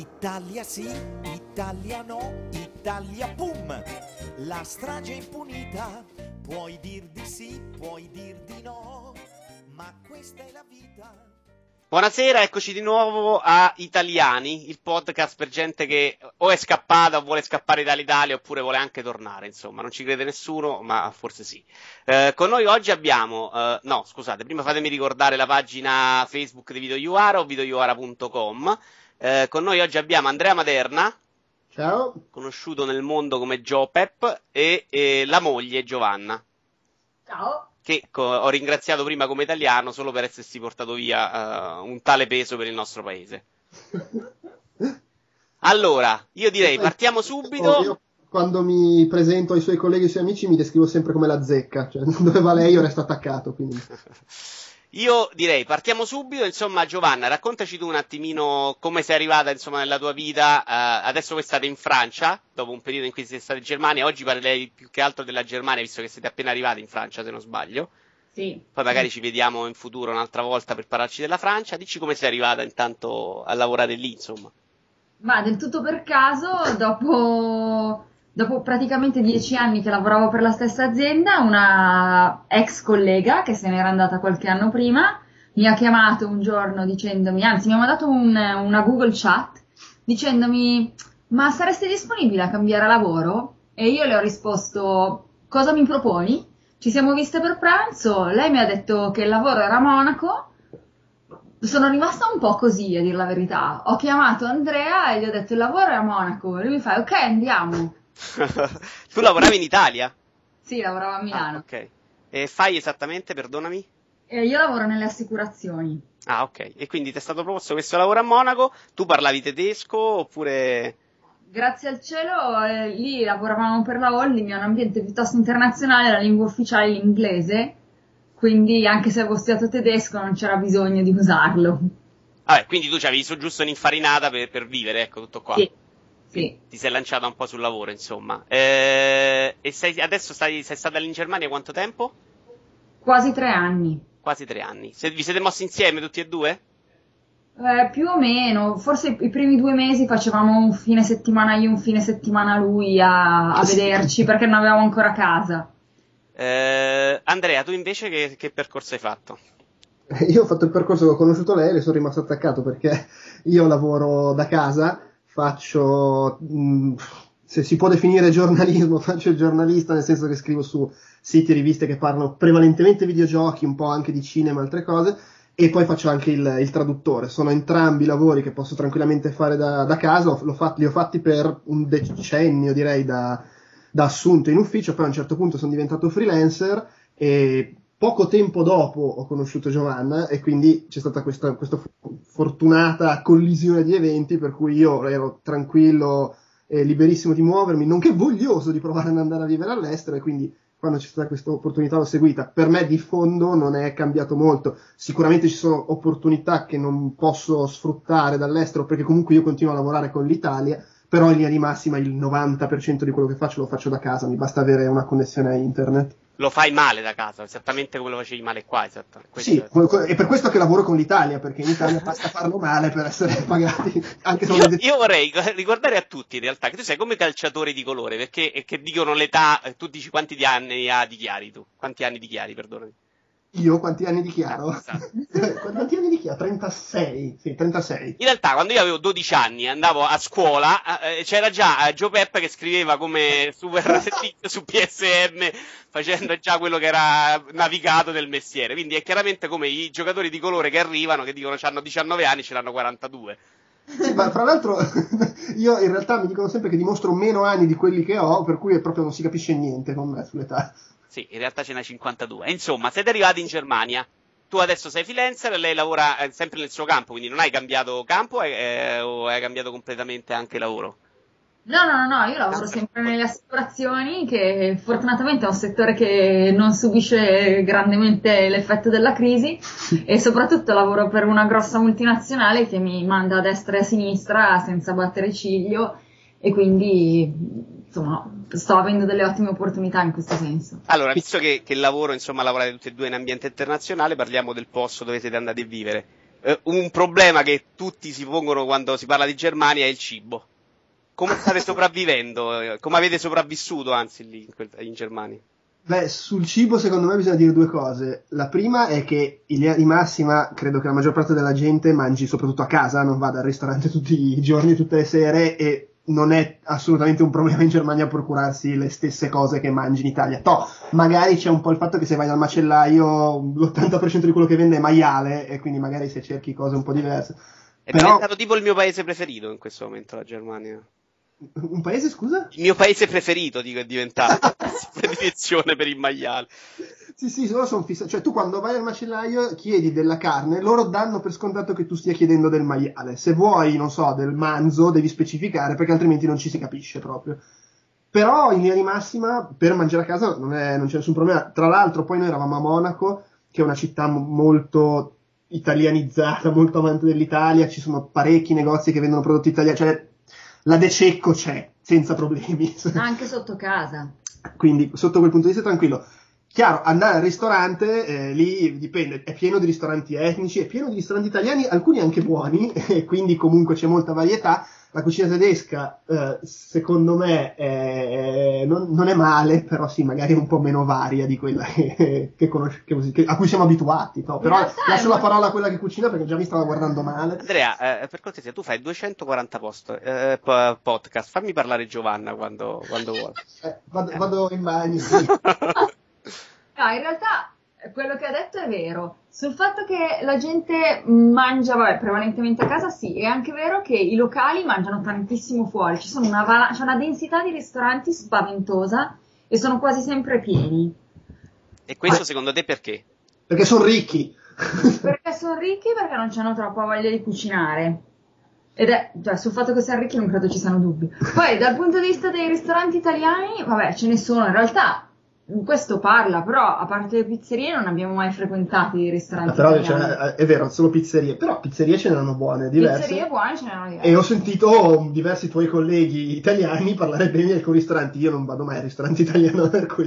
Italia sì, Italia no, Italia pum. La strage è impunita, puoi dir di sì, puoi dir di no, ma questa è la vita. Buonasera, eccoci di nuovo a Italiani, il podcast per gente che o è scappata o vuole scappare dall'Italia oppure vuole anche tornare, insomma, non ci crede nessuno, ma forse sì. Con noi oggi abbiamo, no, scusate, prima fatemi ricordare la pagina Facebook di Vito Iuara o vitoiuara.com. Con noi oggi abbiamo Andrea Maderna, Ciao. conosciuto nel mondo come Joe Pep, e la moglie Giovanna. Ciao. Che ho ringraziato prima come italiano solo per essersi portato via un tale peso per il nostro paese. Allora, io direi partiamo subito. Io quando mi presento ai suoi colleghi e ai suoi amici mi descrivo sempre come la zecca, cioè dove va lei io resto attaccato. Quindi. Io direi partiamo subito, insomma Giovanna, raccontaci tu un attimino come sei arrivata insomma nella tua vita, adesso voi state in Francia, dopo un periodo in cui siete stati in Germania, oggi parlerei più che altro della Germania visto che siete appena arrivati in Francia se non sbaglio, Sì. Poi magari ci vediamo in futuro un'altra volta per parlarci della Francia, dici come sei arrivata intanto a lavorare lì insomma. Ma del tutto per caso, dopo praticamente 10 anni che lavoravo per la stessa azienda, una ex collega che se n'era andata qualche anno prima mi ha chiamato un giorno dicendomi, anzi mi ha mandato una Google Chat dicendomi: ma saresti disponibile a cambiare lavoro? E io le ho risposto: cosa mi proponi? Ci siamo viste per pranzo, lei mi ha detto che il lavoro era a Monaco. Sono rimasta un po' così, a dir la verità. Ho chiamato Andrea e gli ho detto: il lavoro è a Monaco. E lui mi fa: ok, andiamo. Tu lavoravi in Italia? Sì, lavoravo a Milano. Ok. E fai esattamente, perdonami? E io lavoro nelle assicurazioni. Ah, ok. E quindi ti è stato proposto questo lavoro a Monaco, tu parlavi tedesco oppure... Grazie al cielo, lì lavoravamo per la holding, è un ambiente piuttosto internazionale, la lingua ufficiale è l'inglese, quindi anche se avevo studiato tedesco non c'era bisogno di usarlo. Vabbè, quindi tu c'avevi su giusto un'infarinata per vivere, ecco, tutto qua. Sì. Ti sei lanciata un po' sul lavoro, insomma. Adesso sei stata lì in Germania quanto tempo? Quasi 3 anni. Quasi 3 anni. Vi siete mossi insieme tutti e due? Più o meno, forse i primi 2 mesi facevamo un fine settimana io, un fine settimana lui a vederci perché non avevamo ancora casa. Andrea, tu invece che percorso hai fatto? Io ho fatto il percorso che ho conosciuto lei e le sono rimasto attaccato perché io lavoro da casa, faccio, se si può definire giornalismo, faccio il giornalista nel senso che scrivo su siti e riviste che parlano prevalentemente videogiochi, un po' anche di cinema e altre cose, e poi faccio anche il traduttore. Sono entrambi lavori che posso tranquillamente fare da casa, li ho fatti per un decennio direi da assunto in ufficio, poi a un certo punto sono diventato freelancer e poco tempo dopo ho conosciuto Giovanna e quindi c'è stata questa fortunata collisione di eventi per cui io ero tranquillo e liberissimo di muovermi, nonché voglioso di provare ad andare a vivere all'estero, e quindi quando c'è stata questa opportunità l'ho seguita. Per me di fondo non è cambiato molto, sicuramente ci sono opportunità che non posso sfruttare dall'estero perché comunque io continuo a lavorare con l'Italia, però in linea di massima il 90% di quello che faccio lo faccio da casa, mi basta avere una connessione a internet. Lo fai male da casa, esattamente come lo facevi male qua, esatto. Sì, è per questo che lavoro con l'Italia, perché in Italia basta farlo male per essere pagati. Anche se io vorrei ricordare a tutti in realtà che tu sei come calciatori di colore, perché che dicono l'età, tu dici quanti anni dichiari tu? Quanti anni dichiari, perdonami? Io quanti anni dichiaro? Esatto. Quanti anni dichiaro? 36. Sì, 36. In realtà quando io avevo 12 anni andavo a scuola, c'era già Joe Pep che scriveva come super su PSN, facendo già quello che era navigato del mestiere. Quindi è chiaramente come i giocatori di colore che arrivano, che dicono hanno 19 anni, ce l'hanno 42. Sì, ma fra l'altro io in realtà mi dicono sempre che dimostro meno anni di quelli che ho, per cui proprio non si capisce niente con me sull'età. Sì, in realtà ce n'hai 52. Insomma, siete arrivati in Germania. Tu adesso sei freelancer e lei lavora sempre nel suo campo, quindi non hai cambiato campo o hai cambiato completamente anche lavoro? No, io lavoro sempre nelle assicurazioni, che fortunatamente è un settore che non subisce grandemente l'effetto della crisi e soprattutto lavoro per una grossa multinazionale che mi manda a destra e a sinistra senza battere ciglio e quindi insomma sto avendo delle ottime opportunità in questo senso. Allora, visto che il lavoro, insomma, lavorate tutti e due in ambiente internazionale, parliamo del posto dove siete andati a vivere. un problema che tutti si pongono quando si parla di Germania è il cibo. Come state sopravvivendo? Come avete sopravvissuto, anzi, lì in Germania? Beh, sul cibo secondo me bisogna dire due cose. La prima è che in linea di massima credo che la maggior parte della gente mangi soprattutto a casa, non vada al ristorante tutti i giorni, tutte le sere, e non è assolutamente un problema in Germania procurarsi le stesse cose che mangi in Italia. Magari c'è un po' il fatto che se vai dal macellaio l'80% di quello che vende è maiale, e quindi magari se cerchi cose un po' diverse. È diventato tipo il mio paese preferito in questo momento, la Germania. Un paese, scusa? Il mio paese preferito, dico, è diventato predilezione per il maiale. Sì, loro sono fissati. Cioè, tu quando vai al macellaio chiedi della carne, loro danno per scontato che tu stia chiedendo del maiale. Se vuoi, non so, del manzo, devi specificare, perché altrimenti non ci si capisce proprio. Però, in linea di massima, per mangiare a casa non c'è nessun problema. Tra l'altro, poi noi eravamo a Monaco, che è una città molto italianizzata, molto amante dell'Italia, ci sono parecchi negozi che vendono prodotti italiani, cioè la De Cecco c'è, senza problemi. Anche sotto casa. Quindi, sotto quel punto di vista, tranquillo. Chiaro, andare al ristorante, lì dipende, è pieno di ristoranti etnici, è pieno di ristoranti italiani, alcuni anche buoni, e quindi comunque c'è molta varietà. La cucina tedesca, secondo me, non è male, però sì, magari è un po' meno varia di quella a cui siamo abituati. No? Però lascio la parola a quella che cucina, perché già mi stava guardando male. Andrea, per cortesia, tu fai 240 podcast, fammi parlare Giovanna quando vuoi. Vado in bagno. No, in realtà quello che ha detto è vero. Sul fatto che la gente mangia, prevalentemente a casa, sì, è anche vero che i locali mangiano tantissimo fuori. C'è una densità di ristoranti spaventosa e sono quasi sempre pieni. E questo secondo te perché? Perché sono ricchi. Perché sono ricchi, perché non hanno troppa voglia di cucinare. Cioè, sul fatto che siano ricchi non credo ci siano dubbi. Poi, dal punto di vista dei ristoranti italiani, ce ne sono in realtà. Questo parla, però a parte le pizzerie non abbiamo mai frequentato i ristoranti italiani. Cioè, è vero, solo pizzerie, però pizzerie ce ne hanno buone, diverse. Pizzerie buone ce ne hanno diverse. E ho sentito diversi tuoi colleghi italiani parlare bene di alcuni ristoranti. Io non vado mai al ristorante italiano, per cui...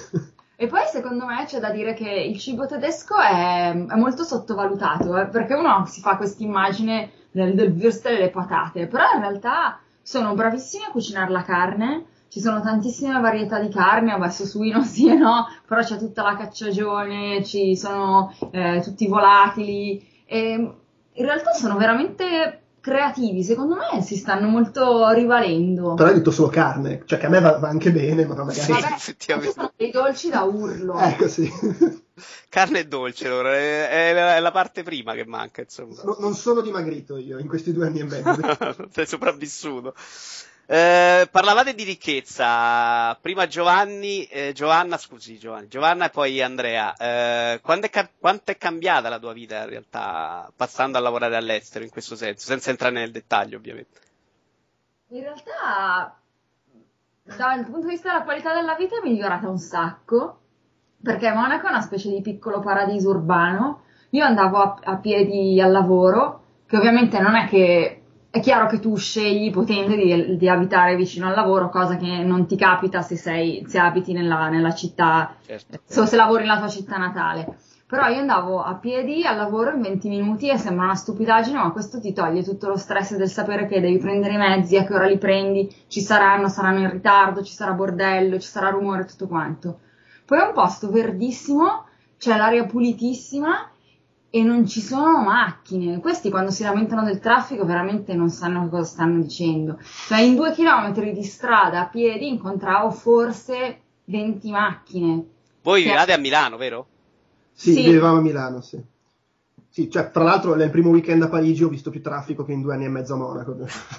E poi secondo me c'è da dire che il cibo tedesco è molto sottovalutato, perché uno si fa questa immagine del würstel e le patate, però in realtà sono bravissimi a cucinare la carne. Ci sono tantissime varietà di carne, adesso suino sì e no, però c'è tutta la cacciagione, ci sono tutti i volatili, e in realtà sono veramente creativi, secondo me si stanno molto rivalendo. Però hai detto solo carne, cioè che a me va anche bene, ma magari... Sì, effettivamente. Sono dei dolci da urlo. Ecco, sì. Carne e dolce, allora, è la parte prima che manca, insomma. Non sono dimagrito io in questi 2 anni e mezzo. Sei sopravvissuto. Parlavate di ricchezza, prima Giovanna e poi Andrea. Quanto è cambiata la tua vita in realtà passando a lavorare all'estero in questo senso, senza entrare nel dettaglio ovviamente? In realtà dal punto di vista della qualità della vita è migliorata un sacco, perché Monaco è una specie di piccolo paradiso urbano. Io andavo a piedi al lavoro, che ovviamente non è che... È chiaro che tu scegli, potendo, di abitare vicino al lavoro, cosa che non ti capita se abiti nella città, certo. Se lavori nella tua città natale. Però io andavo a piedi al lavoro in 20 minuti e sembra una stupidaggine, ma questo ti toglie tutto lo stress del sapere che devi prendere i mezzi, a che ora li prendi, saranno in ritardo, ci sarà bordello, ci sarà rumore, tutto quanto. Poi è un posto verdissimo, c'è l'aria pulitissima, e non ci sono macchine. Questi quando si lamentano del traffico veramente non sanno cosa stanno dicendo. Cioè in 2 chilometri di strada a piedi incontravo forse 20 macchine. Voi vivate a Milano, vero? Sì, vivevamo a Milano, sì. Sì, cioè tra l'altro nel primo weekend a Parigi ho visto più traffico che in 2 anni e mezzo a Monaco.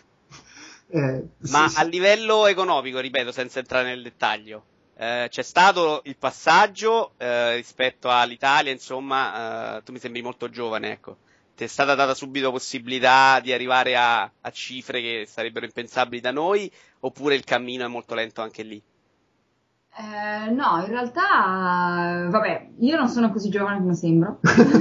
Ma a livello economico, ripeto, senza entrare nel dettaglio, c'è stato il passaggio rispetto all'Italia, insomma, tu mi sembri molto giovane, ecco. Ti è stata data subito possibilità di arrivare a cifre che sarebbero impensabili da noi, oppure il cammino è molto lento anche lì? No, in realtà, io non sono così giovane come sembro.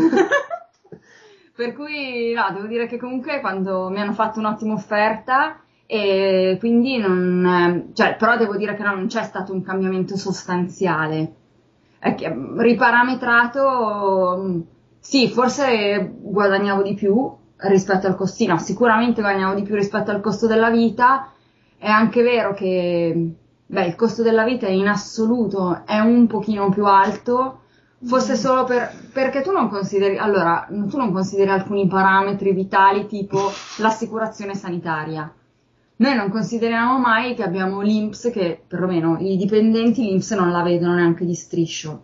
Per cui, no, devo dire che comunque quando mi hanno fatto un'ottima offerta, e quindi però devo dire che non c'è stato un cambiamento sostanziale. Riparametrato Sì, forse guadagnavo di più rispetto al costino, sicuramente guadagnavo di più rispetto al costo della vita. È anche vero che il costo della vita in assoluto è un pochino più alto, forse solo perché tu non consideri alcuni parametri vitali tipo l'assicurazione sanitaria. Noi non consideriamo mai che abbiamo l'INPS, che perlomeno i dipendenti l'INPS non la vedono neanche di striscio.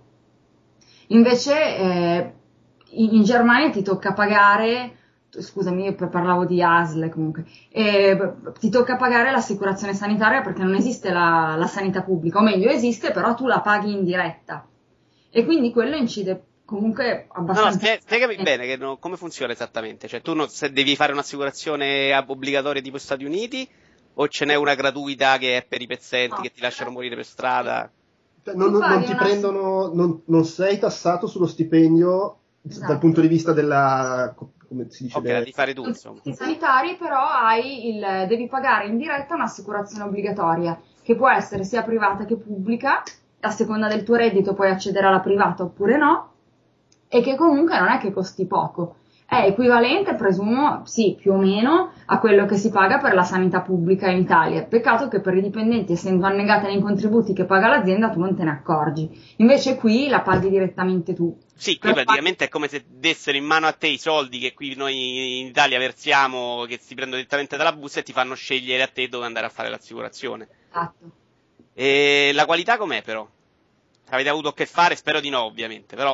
Invece in Germania ti tocca pagare, scusami, io parlavo di ASL comunque, ti tocca pagare l'assicurazione sanitaria perché non esiste la sanità pubblica, o meglio esiste, però tu la paghi in diretta. E quindi quello incide comunque abbastanza. No, spiegami bene come funziona esattamente. Cioè, tu se devi fare un'assicurazione obbligatoria tipo Stati Uniti, o ce n'è una gratuita che è per i pezzenti che ti lasciano morire per strada? Non ti prendono, non sei tassato sullo stipendio, esatto, dal punto di vista della, come si dice, di fare tu, insomma. I sanitari però devi pagare in diretta un'assicurazione obbligatoria, che può essere sia privata che pubblica, a seconda del tuo reddito puoi accedere alla privata oppure no, e che comunque non è che costi poco. È equivalente, presumo, sì, più o meno, a quello che si paga per la sanità pubblica in Italia. Peccato che per i dipendenti, essendo annegata nei contributi che paga l'azienda, tu non te ne accorgi. Invece qui la paghi direttamente tu. Sì, qui praticamente è come se dessero in mano a te i soldi che qui noi in Italia versiamo, che si prendono direttamente dalla busta e ti fanno scegliere a te dove andare a fare l'assicurazione. Esatto. E la qualità com'è però? Avete avuto a che fare? Spero di no, ovviamente, però...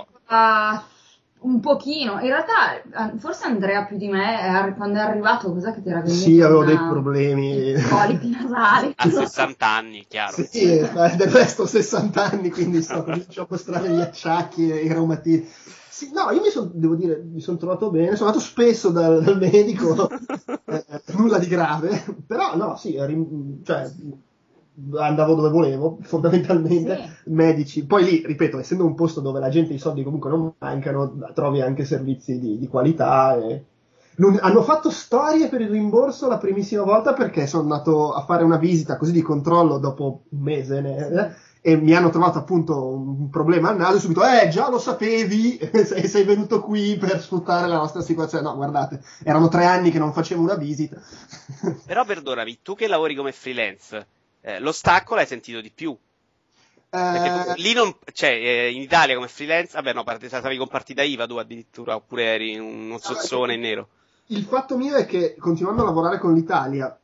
Un pochino, in realtà forse Andrea più di me quando è arrivato, cos'è che ti era venuto? Sì, avevo dei problemi, polipi nasali a 60 anni, chiaro. Sì, del resto ho 60 anni, quindi comincio a mostrare gli acciacchi e i reumatismi. Sì, no, io devo dire, mi sono trovato bene, sono andato spesso dal medico, nulla di grave, però no, sì, cioè andavo dove volevo, fondamentalmente, sì. Medici. Poi lì, ripeto, essendo un posto dove la gente i soldi comunque non mancano, trovi anche servizi di qualità. Hanno fatto storie per il rimborso la primissima volta perché sono andato a fare una visita così di controllo dopo un mese e mi hanno trovato appunto un problema al naso e subito, già lo sapevi, sei venuto qui per sfruttare la nostra situazione. No, guardate, erano 3 anni che non facevo una visita. Però perdonami, tu che lavori come freelance, lo stacco l'hai sentito di più? Perché lì in Italia come freelance, vabbè no, stavi con partita IVA tu addirittura, oppure eri uno zozzone in nero. Il fatto mio è che continuando a lavorare con l'Italia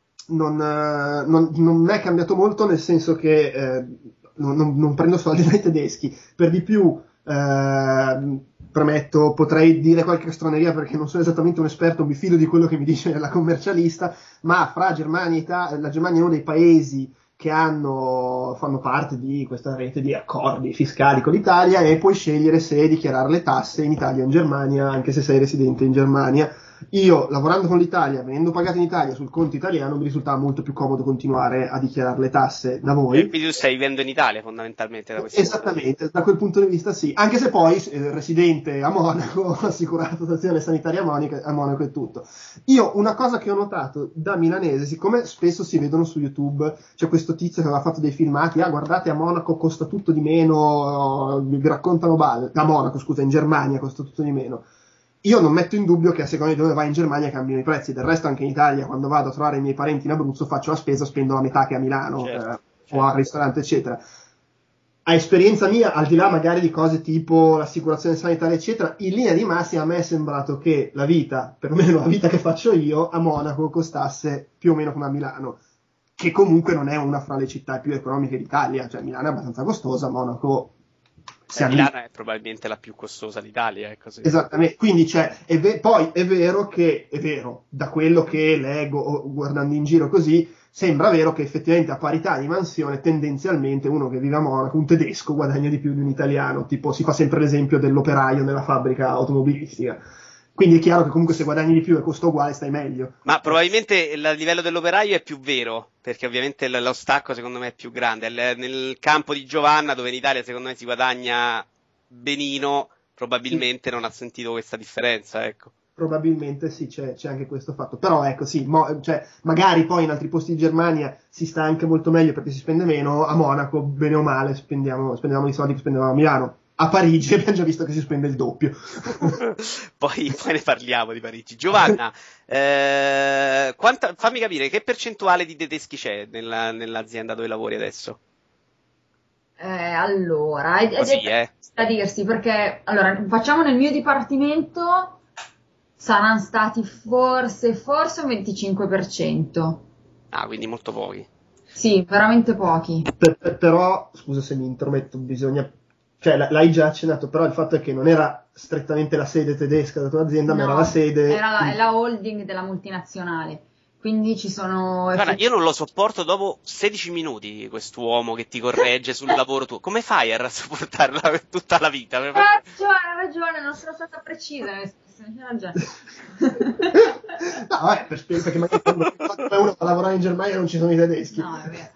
non è cambiato molto, nel senso che non prendo soldi dai tedeschi, per di più premetto, potrei dire qualche stroneria perché non sono esattamente un esperto, mi fido di quello che mi dice la commercialista, ma fra Germania e Italia, la Germania è uno dei paesi che fanno parte di questa rete di accordi fiscali con l'Italia e puoi scegliere se dichiarare le tasse in Italia o in Germania, anche se sei residente in Germania. Io, lavorando con l'Italia, venendo pagato in Italia sul conto italiano, mi risultava molto più comodo continuare a dichiarare le tasse da voi. E quindi tu stai vivendo in Italia fondamentalmente da questo Esattamente, da quel punto di vista sì, anche se poi residente a Monaco, assicurato d'azione sanitaria a Monaco e tutto. Io una cosa che ho notato da milanese, siccome spesso si vedono su YouTube, c'è questo tizio che aveva fatto dei filmati, guardate a Monaco costa tutto di meno, vi raccontano a Monaco, scusa, in Germania costa tutto di meno. Io non metto in dubbio che a seconda di dove vai in Germania cambiano i prezzi, del resto anche in Italia quando vado a trovare i miei parenti in Abruzzo faccio la spesa, spendo la metà che a Milano, certo. O al ristorante eccetera. A esperienza mia, al di là magari di cose tipo l'assicurazione sanitaria eccetera, in linea di massima a me è sembrato che la vita, perlomeno la vita che faccio io, a Monaco costasse più o meno come a Milano, che comunque non è una fra le città più economiche d'Italia, cioè Milano è abbastanza costosa, Monaco... Milano è probabilmente la più costosa d'Italia, così. Esattamente, quindi poi è vero, da quello che leggo guardando in giro così, sembra vero che effettivamente a parità di mansione tendenzialmente uno che vive a Monaco, un tedesco, guadagna di più di un italiano, tipo si fa sempre l'esempio dell'operaio nella fabbrica automobilistica. Quindi è chiaro che comunque se guadagni di più e costa uguale stai meglio. Ma probabilmente il livello dell'operaio è più vero, perché ovviamente lo stacco secondo me è più grande. Nel campo di Giovanna, dove in Italia secondo me si guadagna benino, probabilmente non ha sentito questa differenza, ecco. Probabilmente sì, c'è anche questo fatto. Però ecco sì, magari poi in altri posti di Germania si sta anche molto meglio perché si spende meno, a Monaco bene o male spendiamo i soldi che spendevamo a Milano. a Parigi abbiamo già visto che si spende il doppio. Poi ne parliamo di Parigi. Giovanna, fammi capire che percentuale di tedeschi c'è nell'azienda dove lavori adesso? Allora, Così, da dirsi, perché allora facciamo nel mio dipartimento saranno stati forse un 25%. Ah, quindi molto pochi. Sì, veramente pochi. Però, scusa se mi intrometto, cioè l'hai già accennato, però il fatto è che non era strettamente la sede tedesca della tua azienda, ma era la sede... Era la holding della multinazionale. Quindi ci sono... Guarda, io non lo sopporto dopo 16 minuti quest'uomo che ti corregge sul lavoro tuo. Come fai a sopportarla per tutta la vita? Hai ragione, non sono stata precisa nell'espressione, hai ragione. No, vabbè, perché magari quando uno va a lavorare in Germania non ci sono i tedeschi. No, è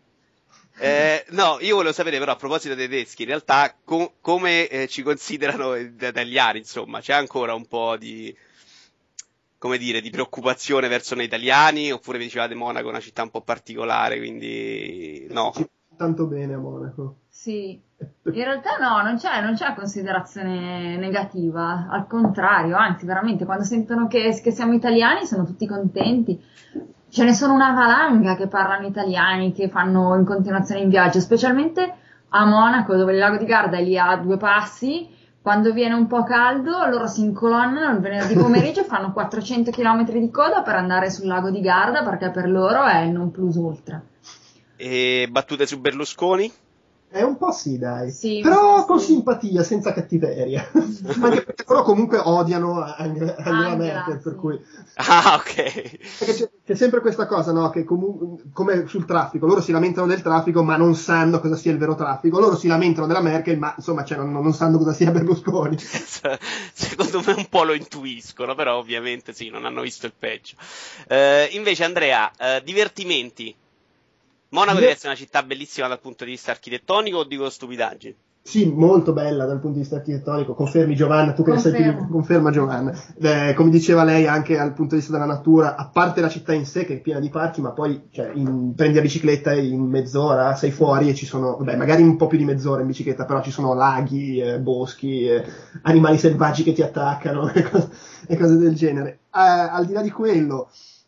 vero. No, io volevo sapere però a proposito dei tedeschi, in realtà come ci considerano gli italiani, insomma, c'è ancora un po' di, come dire, di preoccupazione verso noi italiani, oppure vi dicevate Monaco è una città un po' particolare, quindi no. Ci tanto bene a Monaco. Sì, in realtà no, non c'è considerazione negativa, al contrario, anzi veramente quando sentono che siamo italiani sono tutti contenti. Ce ne sono una valanga che parlano italiani, che fanno in continuazione in viaggio, specialmente a Monaco, dove il lago di Garda è lì a 2 passi. Quando viene un po' caldo, loro si incolonnano il venerdì pomeriggio e fanno 400 km di coda per andare sul lago di Garda, perché per loro è il non plus ultra. E battute su Berlusconi? Un po' sì, dai. Sì, però con simpatia, senza cattiveria. Anche perché loro comunque odiano Angela Merkel, per cui... Ah, ok. Perché c'è sempre questa cosa, no? Che come sul traffico, loro si lamentano del traffico ma non sanno cosa sia il vero traffico. Loro si lamentano della Merkel ma insomma non sanno cosa sia Berlusconi. Secondo me un po' lo intuiscono, però ovviamente sì, non hanno visto il peggio. Invece Andrea, divertimenti. Monaco deve essere una città bellissima dal punto di vista architettonico o dico stupidaggini? Sì, molto bella dal punto di vista architettonico, confermi Giovanna, tu che sei più... Conferma Giovanna. Come diceva lei anche dal punto di vista della natura, a parte la città in sé che è piena di parchi, ma poi prendi la bicicletta e in mezz'ora sei fuori e ci sono, magari un po' più di mezz'ora in bicicletta, però ci sono laghi, boschi, animali selvaggi che ti attaccano e cose del genere. Al di là di quello...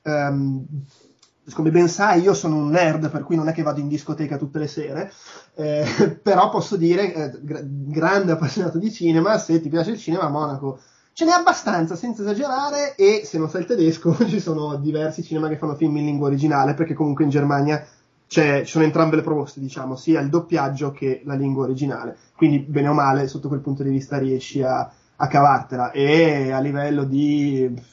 come ben sai io sono un nerd, per cui non è che vado in discoteca tutte le sere, però posso dire, grande appassionato di cinema, se ti piace il cinema a Monaco ce n'è abbastanza, senza esagerare, e se non sai il tedesco ci sono diversi cinema che fanno film in lingua originale, perché comunque in Germania ci sono entrambe le proposte, diciamo, sia il doppiaggio che la lingua originale, quindi bene o male sotto quel punto di vista riesci a cavartela. E a livello di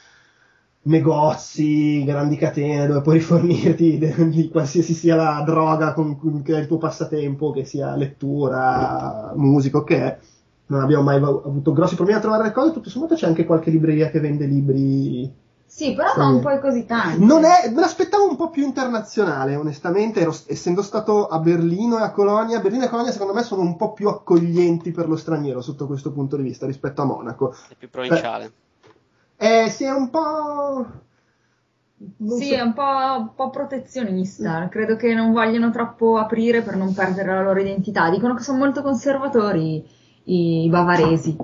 negozi, grandi catene dove puoi rifornirti di qualsiasi sia la droga che è il tuo passatempo, che sia lettura, musica, ok, non abbiamo mai avuto grossi problemi a trovare le cose. Tutto sommato c'è anche qualche libreria che vende libri. Sì, però non poi così tanti. Me l'aspettavo un po' più internazionale, onestamente, essendo stato a Berlino e a Colonia. Berlino e Colonia secondo me sono un po' più accoglienti per lo straniero sotto questo punto di vista rispetto a Monaco. È più provinciale. Sì, è un po'... È un po' protezionista. Credo che non vogliono troppo aprire per non perdere la loro identità. Dicono che sono molto conservatori i bavaresi.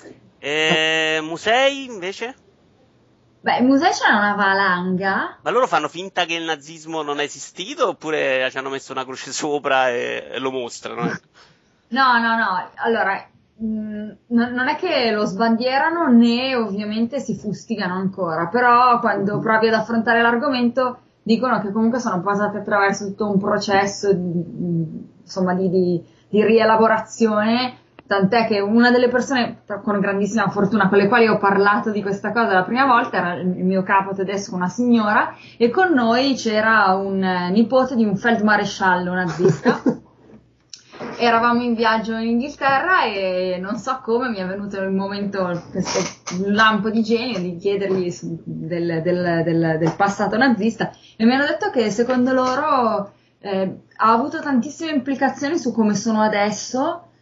Musei, invece? Beh, i musei c'è una valanga. Ma loro fanno finta che il nazismo non è esistito oppure ci hanno messo una croce sopra e lo mostrano? No. Allora... non è che lo sbandierano né ovviamente si fustigano ancora, però quando provi ad affrontare l'argomento dicono che comunque sono passate attraverso tutto un processo di rielaborazione, tant'è che una delle persone con grandissima fortuna con le quali ho parlato di questa cosa la prima volta era il mio capo tedesco, una signora, e con noi c'era un nipote di un feldmaresciallo nazista. Eravamo in viaggio in Inghilterra e non so come mi è venuto il momento, questo lampo di genio, di chiedergli del passato nazista, e mi hanno detto che secondo loro ha avuto tantissime implicazioni su come sono adesso,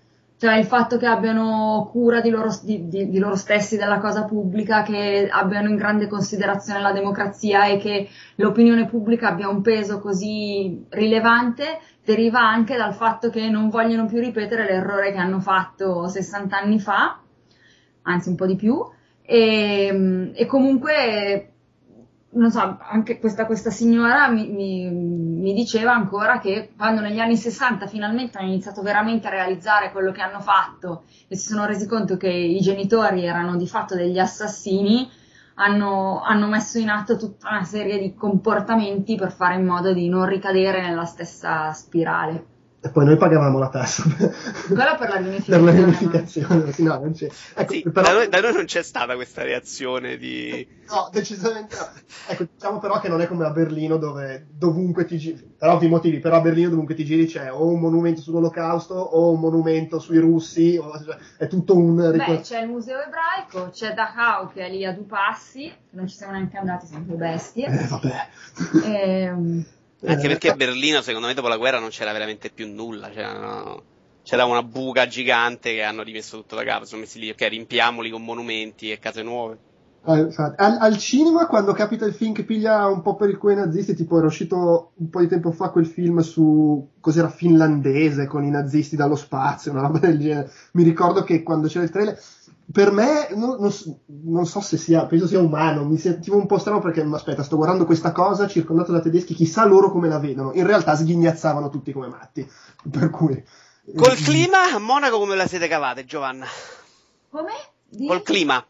Cioè il fatto che abbiano cura di loro stessi, della cosa pubblica, che abbiano in grande considerazione la democrazia e che l'opinione pubblica abbia un peso così rilevante, deriva anche dal fatto che non vogliono più ripetere l'errore che hanno fatto 60 anni fa, anzi un po' di più, e comunque, non so, anche questa signora mi diceva ancora che quando negli anni 60 finalmente hanno iniziato veramente a realizzare quello che hanno fatto e si sono resi conto che i genitori erano di fatto degli assassini, hanno messo in atto tutta una serie di comportamenti per fare in modo di non ricadere nella stessa spirale. E poi noi pagavamo la tassa Quello per la per la riunificazione. Sì, no, non c'è. Ecco, Sì, però... da noi non c'è stata questa reazione di... No, decisamente no. Ecco, diciamo però che non è come a Berlino dove dovunque ti giri, per ovvi motivi, però a Berlino dovunque ti giri c'è o un monumento sull'Olocausto o un monumento sui russi, cioè, è tutto un... Beh, c'è il museo ebraico, c'è Dachau che è lì a 2 passi, non ci siamo neanche andati, siamo un po' bestie. Vabbè. Anche perché Berlino, secondo me, dopo la guerra non c'era veramente più nulla. C'era una buca gigante che hanno rimesso tutto da capo. Sono messi lì, ok, riempiamoli con monumenti e case nuove. Al cinema, quando capita il film che piglia un po' per il culo i nazisti, tipo era uscito un po' di tempo fa quel film su cos'era finlandese con i nazisti dallo spazio, una roba del genere. Mi ricordo che quando c'era il trailer, per me non so se sia, penso sia umano, mi sentivo un po' strano perché aspetta, sto guardando questa cosa circondato da tedeschi, chissà loro come la vedono. In realtà sghignazzavano tutti come matti, per cui Col clima a Monaco come la siete cavate, Giovanna? Come? Col clima.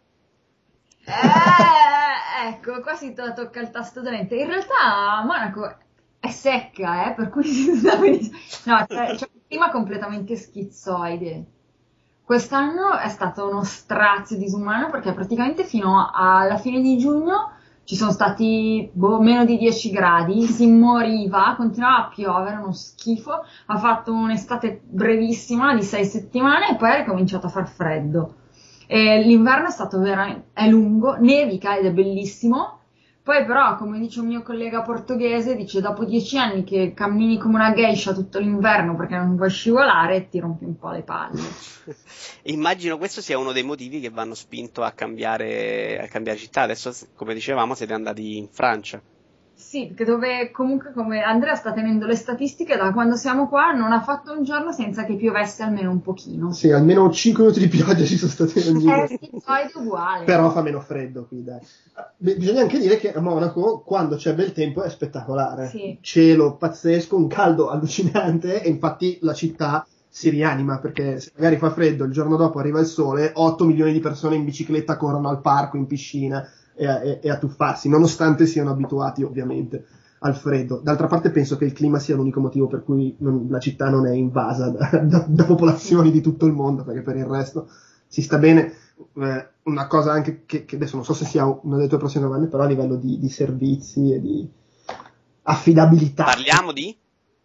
Ecco, qua si tocca il tasto dolente. In realtà Monaco è secca, per cui si sta benissimo. No, c'è un clima completamente schizzoide. Quest'anno è stato uno strazio disumano perché praticamente fino alla fine di giugno ci sono stati meno di 10 gradi, si moriva, continuava a piovere, uno schifo, ha fatto un'estate brevissima di 6 settimane e poi è ricominciato a far freddo. E l'inverno è stato è lungo, nevica ed è bellissimo. Poi però, come dice un mio collega portoghese, dice dopo 10 anni che cammini come una geisha tutto l'inverno perché non vuoi scivolare, ti rompi un po' le palle. Immagino questo sia uno dei motivi che vanno spinto a cambiare città. Adesso, come dicevamo, siete andati in Francia. Sì, perché dove comunque, come Andrea sta tenendo le statistiche, da quando siamo qua non ha fatto un giorno senza che piovesse almeno un pochino. Sì, almeno 5 minuti di pioggia ci sono stati nel giro. Sì, poi è uguale. Però fa meno freddo qui, dai. Bisogna anche dire che a Monaco, quando c'è bel tempo, è spettacolare. Sì. Cielo pazzesco, un caldo allucinante, e infatti la città si rianima, perché se magari fa freddo, il giorno dopo arriva il sole, 8 milioni di persone in bicicletta corrono al parco, in piscina, e a tuffarsi, nonostante siano abituati ovviamente al freddo. D'altra parte penso che il clima sia l'unico motivo per cui la città non è invasa da popolazioni di tutto il mondo, perché per il resto si sta bene. Una cosa anche che adesso non so se sia una delle tue prossime domande, però a livello di servizi e di affidabilità. Parliamo di?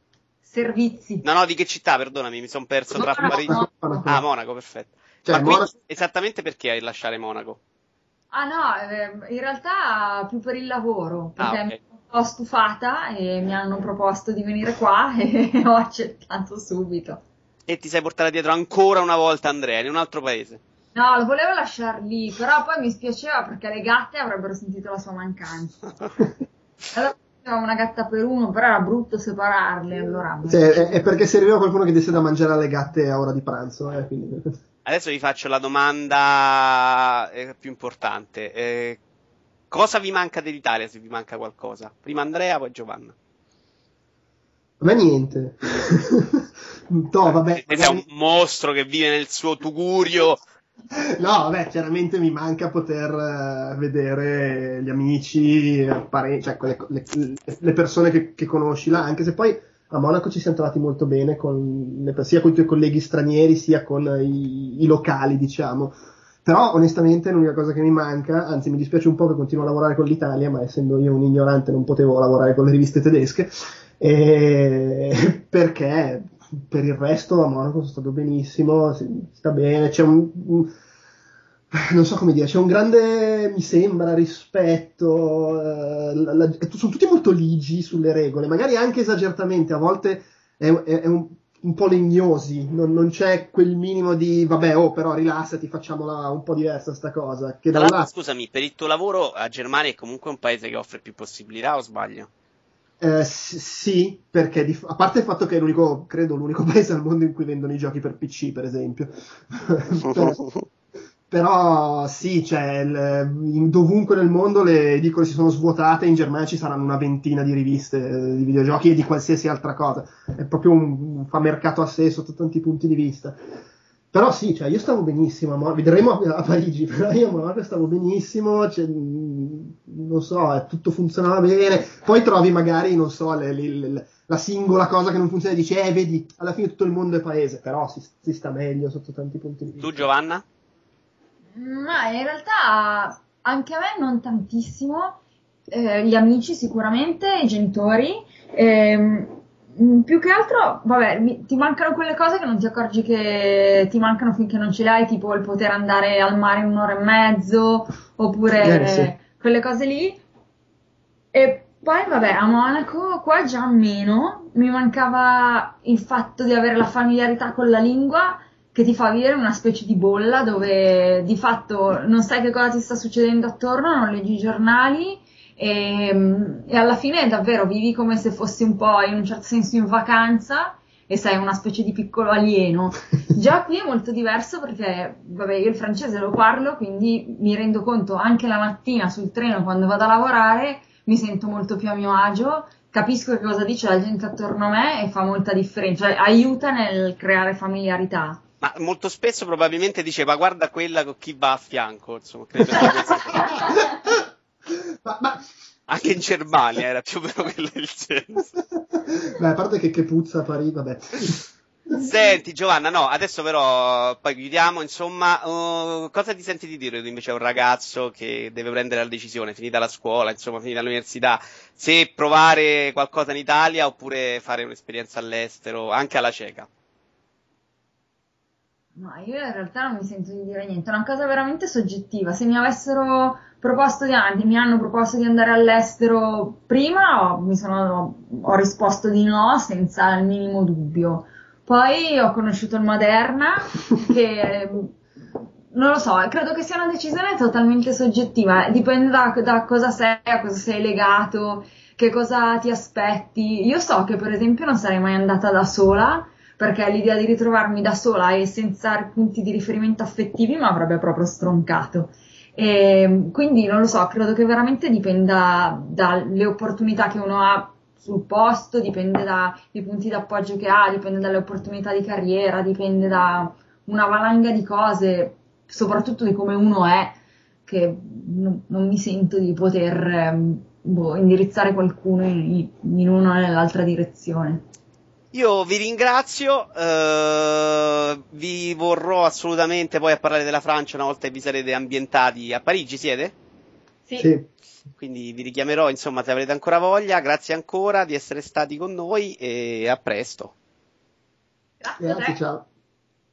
Servizi. No, di che città? Perdonami, mi sono perso tra Parigi. Monaco. Ah, Monaco, perfetto. Cioè, Ma qui esattamente perché lasciare Monaco? Ah no, in realtà più per il lavoro, perché ok. mi sono un po' stufata e mi hanno proposto di venire qua e ho accettato subito. E ti sei portata dietro ancora una volta Andrea, in un altro paese? No, lo volevo lasciar lì, però poi mi spiaceva perché le gatte avrebbero sentito la sua mancanza. Allora avevamo una gatta per uno, però era brutto separarle, allora... Sì, è perché serviva qualcuno che desse da mangiare alle gatte a ora di pranzo, quindi... Adesso vi faccio la domanda più importante. Cosa vi manca dell'Italia, se vi manca qualcosa? Prima Andrea, poi Giovanna. A me niente. No, vabbè. Sei un mostro che vive nel suo tugurio. No, vabbè, chiaramente mi manca poter vedere gli amici, parenti, cioè le persone che conosci là, anche se poi a Monaco ci siamo trovati molto bene sia con i tuoi colleghi stranieri sia con i locali, diciamo. Però onestamente l'unica cosa che mi manca, anzi mi dispiace un po' che continuo a lavorare con l'Italia, ma essendo io un ignorante non potevo lavorare con le riviste tedesche, perché per il resto a Monaco sono stato benissimo, si sta bene, c'è non so come dire, c'è un grande, mi sembra, rispetto, sono tutti molto ligi sulle regole, magari anche esageratamente, a volte un po' legnosi, non c'è quel minimo di vabbè, però rilassati, facciamola un po' diversa sta cosa. Che da un lato, scusami, per il tuo lavoro a Germania è comunque un paese che offre più possibilità, o sbaglio? Sì, perché a parte il fatto che è credo l'unico paese al mondo in cui vendono i giochi per PC, per esempio. Però sì, cioè, dovunque nel mondo le edicole si sono svuotate, in Germania ci saranno una ventina di riviste di videogiochi e di qualsiasi altra cosa. È proprio fa mercato a sé sotto tanti punti di vista. Però sì, cioè, io stavo benissimo, vedremo a Parigi, però io a Monaco stavo benissimo, cioè, non so, tutto funzionava bene. Poi trovi magari, non so, la singola cosa che non funziona e dici, vedi, alla fine tutto il mondo è paese, però si sta meglio sotto tanti punti di vista. Tu, Giovanna? Ma in realtà anche a me non tantissimo, gli amici sicuramente, i genitori, più che altro, vabbè, ti mancano quelle cose che non ti accorgi che ti mancano finché non ce le hai, tipo il poter andare al mare in 1 ora e mezzo, oppure Sì. quelle cose lì. E poi vabbè, a Monaco qua già meno, mi mancava il fatto di avere la familiarità con la lingua, che ti fa vivere una specie di bolla dove di fatto non sai che cosa ti sta succedendo attorno, non leggi i giornali e alla fine davvero vivi come se fossi un po' in un certo senso in vacanza e sei una specie di piccolo alieno. Già qui è molto diverso perché, vabbè, io il francese lo parlo, quindi mi rendo conto anche la mattina sul treno quando vado a lavorare, mi sento molto più a mio agio, capisco che cosa dice la gente attorno a me e fa molta differenza, cioè aiuta nel creare familiarità. Ma molto spesso probabilmente dice, ma guarda quella con chi va a fianco, insomma, credo sia questo. ma Anche in Germania era più o meno quello il senso. Beh, a parte che puzza Parigi, vabbè. Senti Giovanna, no, adesso però poi chiudiamo, insomma, cosa ti senti di dire tu invece a un ragazzo che deve prendere la decisione, finita la scuola, insomma, finita l'università, se provare qualcosa in Italia oppure fare un'esperienza all'estero, anche alla cieca? Ma io in realtà non mi sento di dire niente, è una cosa veramente soggettiva. Se mi hanno proposto di andare all'estero prima, ho risposto di no senza il minimo dubbio. Poi ho conosciuto il Moderna, che non lo so, credo che sia una decisione totalmente soggettiva, dipende da cosa sei, a cosa sei legato, che cosa ti aspetti. Io so che per esempio non sarei mai andata da sola, perché l'idea di ritrovarmi da sola e senza punti di riferimento affettivi mi avrebbe proprio stroncato. E quindi non lo so, credo che veramente dipenda dalle opportunità che uno ha sul posto, dipende dai punti d'appoggio che ha, dipende dalle opportunità di carriera, dipende da una valanga di cose, soprattutto di come uno è, che non mi sento di poter indirizzare qualcuno in una o nell'altra direzione. Io vi ringrazio, vi vorrò assolutamente poi a parlare della Francia una volta che vi sarete ambientati a Parigi, siete? Sì. Quindi vi richiamerò, insomma, se avrete ancora voglia. Grazie ancora di essere stati con noi e a presto. Grazie a te. Ciao.